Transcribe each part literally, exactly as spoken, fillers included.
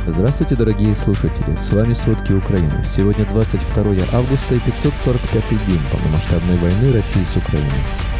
Здравствуйте, дорогие слушатели! С вами «Сводки Украины». Сегодня двадцать второе августа и пятьсот сорок пятый день полномасштабной войны России с Украиной.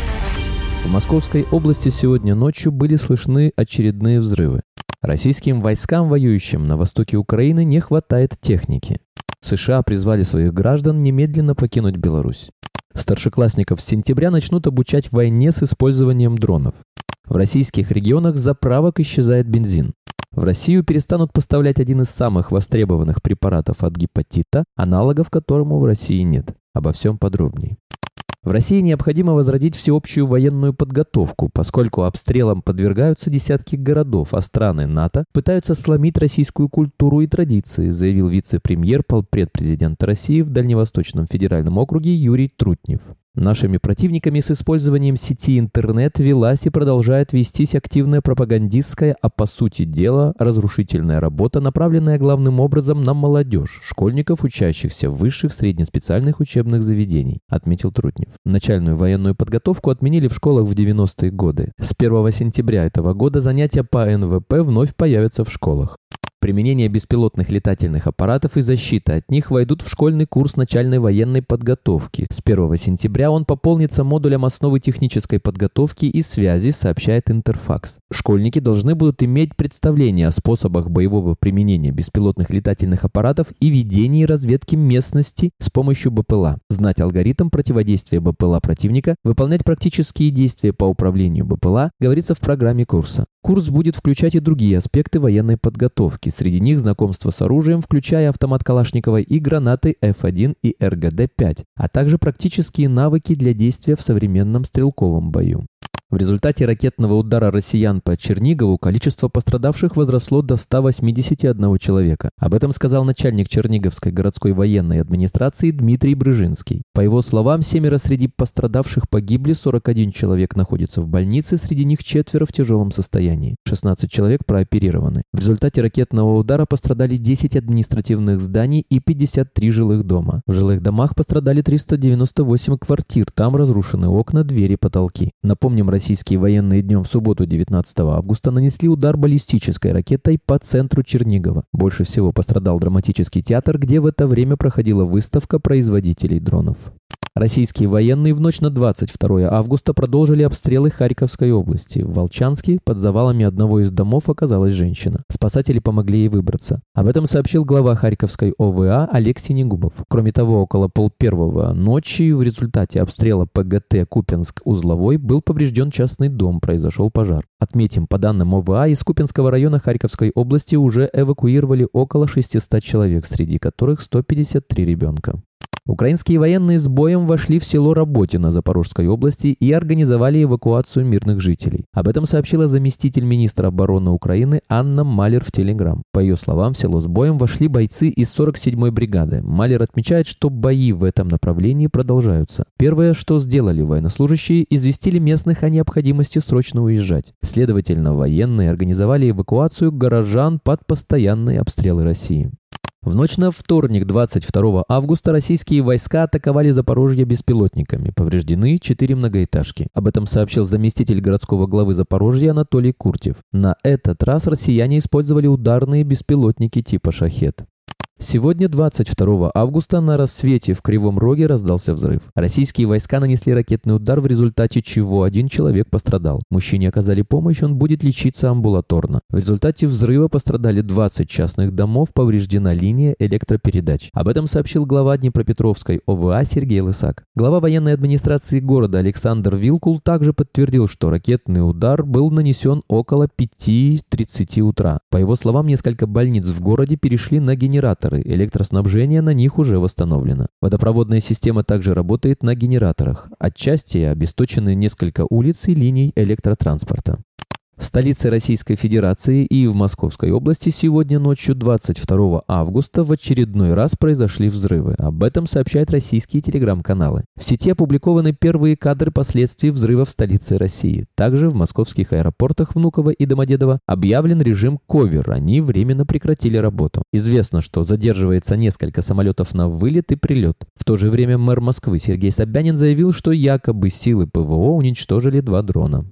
В Московской области сегодня ночью были слышны очередные взрывы. Российским войскам, воюющим на востоке Украины, не хватает техники. США призвали своих граждан немедленно покинуть Беларусь. Старшеклассников с сентября начнут обучать войне с использованием дронов. В российских регионах с заправок исчезает бензин. В Россию перестанут поставлять один из самых востребованных препаратов от гепатита, аналогов которому в России нет. Обо всем подробнее. В России необходимо возродить всеобщую военную подготовку, поскольку обстрелам подвергаются десятки городов, а страны НАТО пытаются сломить российскую культуру и традиции, заявил вице-премьер, полпред президента России в Дальневосточном федеральном округе Юрий Трутнев. Нашими противниками с использованием сети интернет велась и продолжает вестись активная пропагандистская, а по сути дела разрушительная работа, направленная главным образом на молодежь, школьников, учащихся в высших среднеспециальных учебных заведений, отметил Трутнев. Начальную военную подготовку отменили в школах в девяностые годы. С первого сентября этого года занятия по эн вэ пэ вновь появятся в школах. Применение беспилотных летательных аппаратов и защита от них войдут в школьный курс начальной военной подготовки. С первого сентября он пополнится модулем основы технической подготовки и связи, сообщает Интерфакс. Школьники должны будут иметь представление о способах боевого применения беспилотных летательных аппаратов и ведении разведки местности с помощью бэ пэ эл а, знать алгоритм противодействия бэ пэ эл а противника, выполнять практические действия по управлению бэ пэ эл а, говорится в программе курса. Курс будет включать и другие аспекты военной подготовки. Среди них знакомство с оружием, включая автомат Калашникова и гранаты эф один и эр гэ дэ пять, а также практические навыки для действия в современном стрелковом бою. В результате ракетного удара россиян по Чернигову количество пострадавших возросло до ста восьмидесяти одного человека. Об этом сказал начальник Черниговской городской военной администрации Дмитрий Брыжинский. По его словам, семеро среди пострадавших погибли, сорок один человек находится в больнице, среди них четверо в тяжелом состоянии. шестнадцать человек прооперированы. В результате ракетного удара пострадали десять административных зданий и пятьдесят три жилых дома. В жилых домах пострадали триста девяносто восемь квартир, там разрушены окна, двери, потолки. Напомним, российские военные днем в субботу девятнадцатого августа нанесли удар баллистической ракетой по центру Чернигова. Больше всего пострадал драматический театр, где в это время проходила выставка производителей дронов. Российские военные в ночь на двадцать второе августа продолжили обстрелы Харьковской области. В Волчанске под завалами одного из домов оказалась женщина. Спасатели помогли ей выбраться. Об этом сообщил глава Харьковской о вэ а Олег Синегубов. Кроме того, около полпервого ночи в результате обстрела пэ гэ тэ Купенск-Узловой был поврежден частный дом, произошел пожар. Отметим, по данным о вэ а, из Купенского района Харьковской области уже эвакуировали около шестисот человек, среди которых сто пятьдесят три ребенка. Украинские военные с боем вошли в село Работино Запорожской области и организовали эвакуацию мирных жителей. Об этом сообщила заместитель министра обороны Украины Анна Малер в Телеграм. По ее словам, в село с боем вошли бойцы из сорок седьмой бригады. Малер отмечает, что бои в этом направлении продолжаются. Первое, что сделали военнослужащие, известили местных о необходимости срочно уезжать. Следовательно, военные организовали эвакуацию горожан под постоянные обстрелы России. В ночь на вторник, двадцать второго августа, российские войска атаковали Запорожье беспилотниками. Повреждены четыре многоэтажки. Об этом сообщил заместитель городского главы Запорожья Анатолий Куртев. На этот раз россияне использовали ударные беспилотники типа «Шахед». Сегодня, двадцать второго августа, на рассвете в Кривом Роге раздался взрыв. Российские войска нанесли ракетный удар, в результате чего один человек пострадал. Мужчине оказали помощь, он будет лечиться амбулаторно. В результате взрыва пострадали двадцать частных домов, повреждена линия электропередач. Об этом сообщил глава Днепропетровской о вэ а Сергей Лысак. Глава военной администрации города Александр Вилкул также подтвердил, что ракетный удар был нанесен около пяти тридцати утра. По его словам, несколько больниц в городе перешли на генераторы. Электроснабжение на них уже восстановлено. Водопроводная система также работает на генераторах. Отчасти обесточены несколько улиц и линий электротранспорта. В столице Российской Федерации и в Московской области сегодня ночью двадцать второго августа в очередной раз произошли взрывы. Об этом сообщают российские телеграм-каналы. В сети опубликованы первые кадры последствий взрыва в столице России. Также в московских аэропортах Внуково и Домодедово объявлен режим ковер. Они временно прекратили работу. Известно, что задерживается несколько самолетов на вылет и прилет. В то же время мэр Москвы Сергей Собянин заявил, что якобы силы пэ вэ о уничтожили два дрона.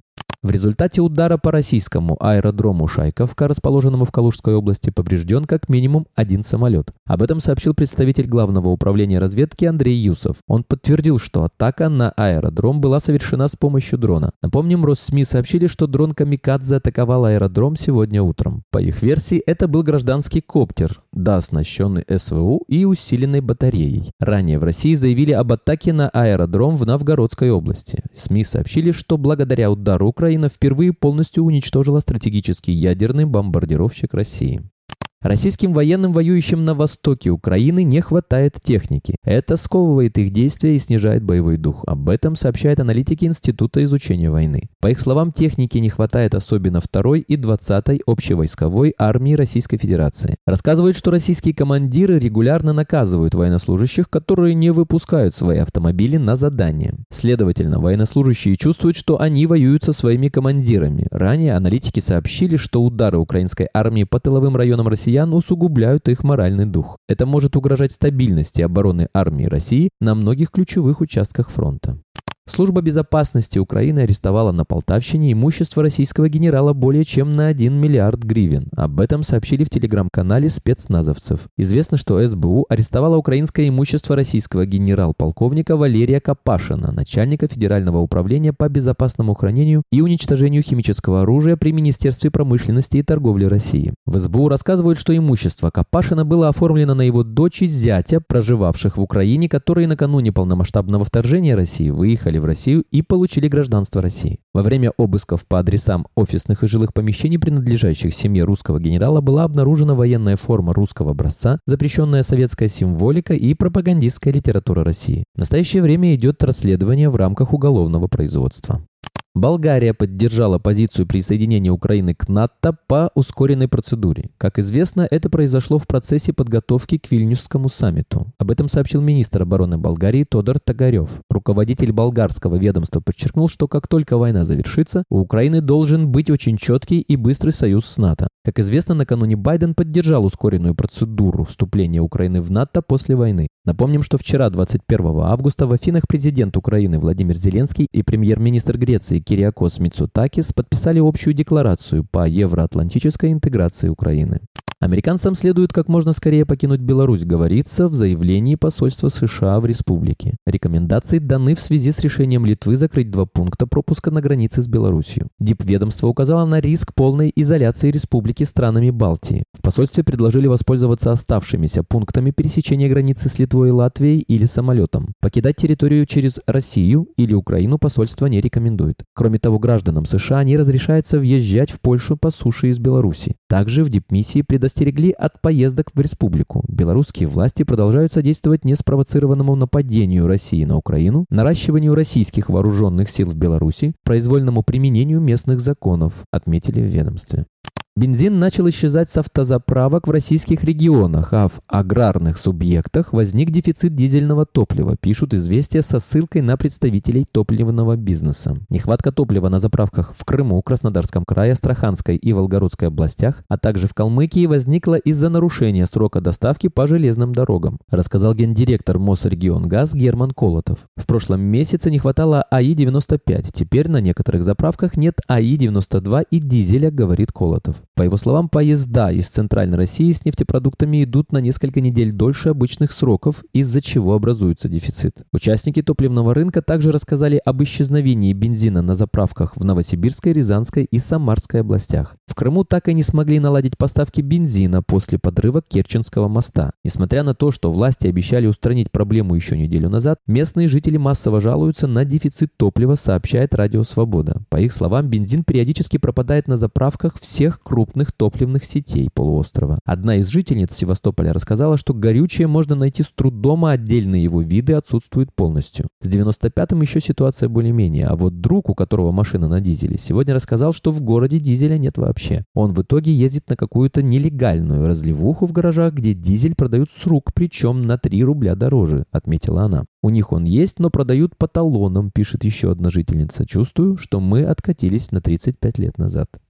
В результате удара по российскому аэродрому Шайковка, расположенному в Калужской области, поврежден как минимум один самолет. Об этом сообщил представитель Главного управления разведки Андрей Юсов. Он подтвердил, что атака на аэродром была совершена с помощью дрона. Напомним, Росс-СМИ сообщили, что дрон «Камикадзе» атаковал аэродром сегодня утром. По их версии, это был гражданский коптер, да, оснащенный эс вэ у и усиленной батареей. Ранее в России заявили об атаке на аэродром в Новгородской области. СМИ сообщили, что благодаря удару Украина впервые полностью уничтожила стратегический ядерный бомбардировщик России. Российским военным, воюющим на востоке Украины, не хватает техники. Это сковывает их действия и снижает боевой дух. Об этом сообщают аналитики Института изучения войны. По их словам, техники не хватает особенно второй и двадцатой общевойсковой армии Российской Федерации. Рассказывают, что российские командиры регулярно наказывают военнослужащих, которые не выпускают свои автомобили на задание. Следовательно, военнослужащие чувствуют, что они воюют со своими командирами. Ранее аналитики сообщили, что удары украинской армии по тыловым районам России усугубляют их моральный дух. Это может угрожать стабильности обороны армии России на многих ключевых участках фронта. Служба безопасности Украины арестовала на Полтавщине имущество российского генерала более чем на один миллиард гривен. Об этом сообщили в телеграм-канале спецназовцев. Известно, что эс бэ у арестовала украинское имущество российского генерал-полковника Валерия Копашина, начальника Федерального управления по безопасному хранению и уничтожению химического оружия при Министерстве промышленности и торговли России. В эс бэ у рассказывают, что имущество Копашина было оформлено на его дочь и зятя, проживавших в Украине, которые накануне полномасштабного вторжения России выехали в Россию и получили гражданство России. Во время обысков по адресам офисных и жилых помещений, принадлежащих семье русского генерала, была обнаружена военная форма русского образца, запрещенная советская символика и пропагандистская литература России. В настоящее время идет расследование в рамках уголовного производства. Болгария поддержала позицию присоединения Украины к НАТО по ускоренной процедуре. Как известно, это произошло в процессе подготовки к Вильнюсскому саммиту. Об этом сообщил министр обороны Болгарии Тодор Тагарев. Руководитель болгарского ведомства подчеркнул, что как только война завершится, у Украины должен быть очень четкий и быстрый союз с НАТО. Как известно, накануне Байден поддержал ускоренную процедуру вступления Украины в НАТО после войны. Напомним, что вчера, двадцать первого августа, в Афинах президент Украины Владимир Зеленский и премьер-министр Греции Кириакос Мицотакис подписали общую декларацию по евроатлантической интеграции Украины. Американцам следует как можно скорее покинуть Беларусь, говорится в заявлении посольства США в республике. Рекомендации даны в связи с решением Литвы закрыть два пункта пропуска на границе с Беларусью. Дипведомство указало на риск полной изоляции республики странами Балтии. В посольстве предложили воспользоваться оставшимися пунктами пересечения границы с Литвой и Латвией или самолетом. Покидать территорию через Россию или Украину посольство не рекомендует. Кроме того, гражданам США не разрешается въезжать в Польшу по суше из Беларуси. Также в дипмиссии предоставили Предостерегли от поездок в республику. Белорусские власти продолжают содействовать неспровоцированному нападению России на Украину, наращиванию российских вооруженных сил в Беларуси, произвольному применению местных законов, отметили в ведомстве. Бензин начал исчезать с автозаправок в российских регионах, а в аграрных субъектах возник дефицит дизельного топлива, пишут «Известия» со ссылкой на представителей топливного бизнеса. Нехватка топлива на заправках в Крыму, Краснодарском крае, Астраханской и Волгородской областях, а также в Калмыкии возникла из-за нарушения срока доставки по железным дорогам, рассказал гендиректор Мосрегионгаз Герман Колотов. В прошлом месяце не хватало а и девяносто пять, теперь на некоторых заправках нет а и девяносто два и дизеля, говорит Колотов. По его словам, поезда из Центральной России с нефтепродуктами идут на несколько недель дольше обычных сроков, из-за чего образуется дефицит. Участники топливного рынка также рассказали об исчезновении бензина на заправках в Новосибирской, Рязанской и Самарской областях. В Крыму так и не смогли наладить поставки бензина после подрыва Керченского моста. Несмотря на то, что власти обещали устранить проблему еще неделю назад, местные жители массово жалуются на дефицит топлива, сообщает Радио Свобода. По их словам, бензин периодически пропадает на заправках всех крупных крупных топливных сетей полуострова. Одна из жительниц Севастополя рассказала, что горючее можно найти с трудом, а отдельные его виды отсутствуют полностью. С девяносто пятым еще ситуация более-менее, а вот друг, у которого машина на дизеле, сегодня рассказал, что в городе дизеля нет вообще. Он в итоге ездит на какую-то нелегальную разливуху в гаражах, где дизель продают с рук, причем на три рубля дороже, отметила она. У них он есть, но продают по талонам, пишет еще одна жительница. Чувствую, что мы откатились на тридцать пять лет назад.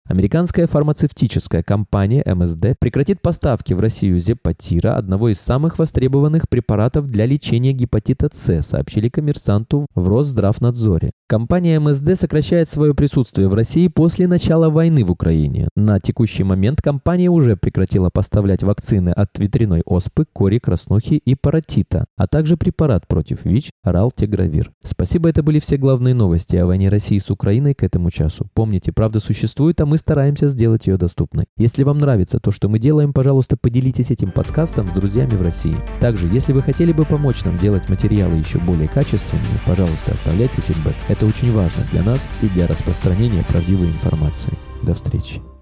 Американская фармацевтическая компания эм эс дэ прекратит поставки в Россию Зепатира, одного из самых востребованных препаратов для лечения гепатита С, сообщили «Коммерсанту» в Росздравнадзоре. Компания эм эс дэ сокращает свое присутствие в России после начала войны в Украине. На текущий момент компания уже прекратила поставлять вакцины от ветряной оспы, кори, краснухи и паротита, а также препарат против ВИЧ Ралтегравир. Спасибо, это были все главные новости о войне России с Украиной к этому часу. Помните, правда существует, а мы стараемся сделать ее доступной. Если вам нравится то, что мы делаем, пожалуйста, поделитесь этим подкастом с друзьями в России. Также, если вы хотели бы помочь нам делать материалы еще более качественными, пожалуйста, оставляйте фидбэк. Это очень важно для нас и для распространения правдивой информации. До встречи.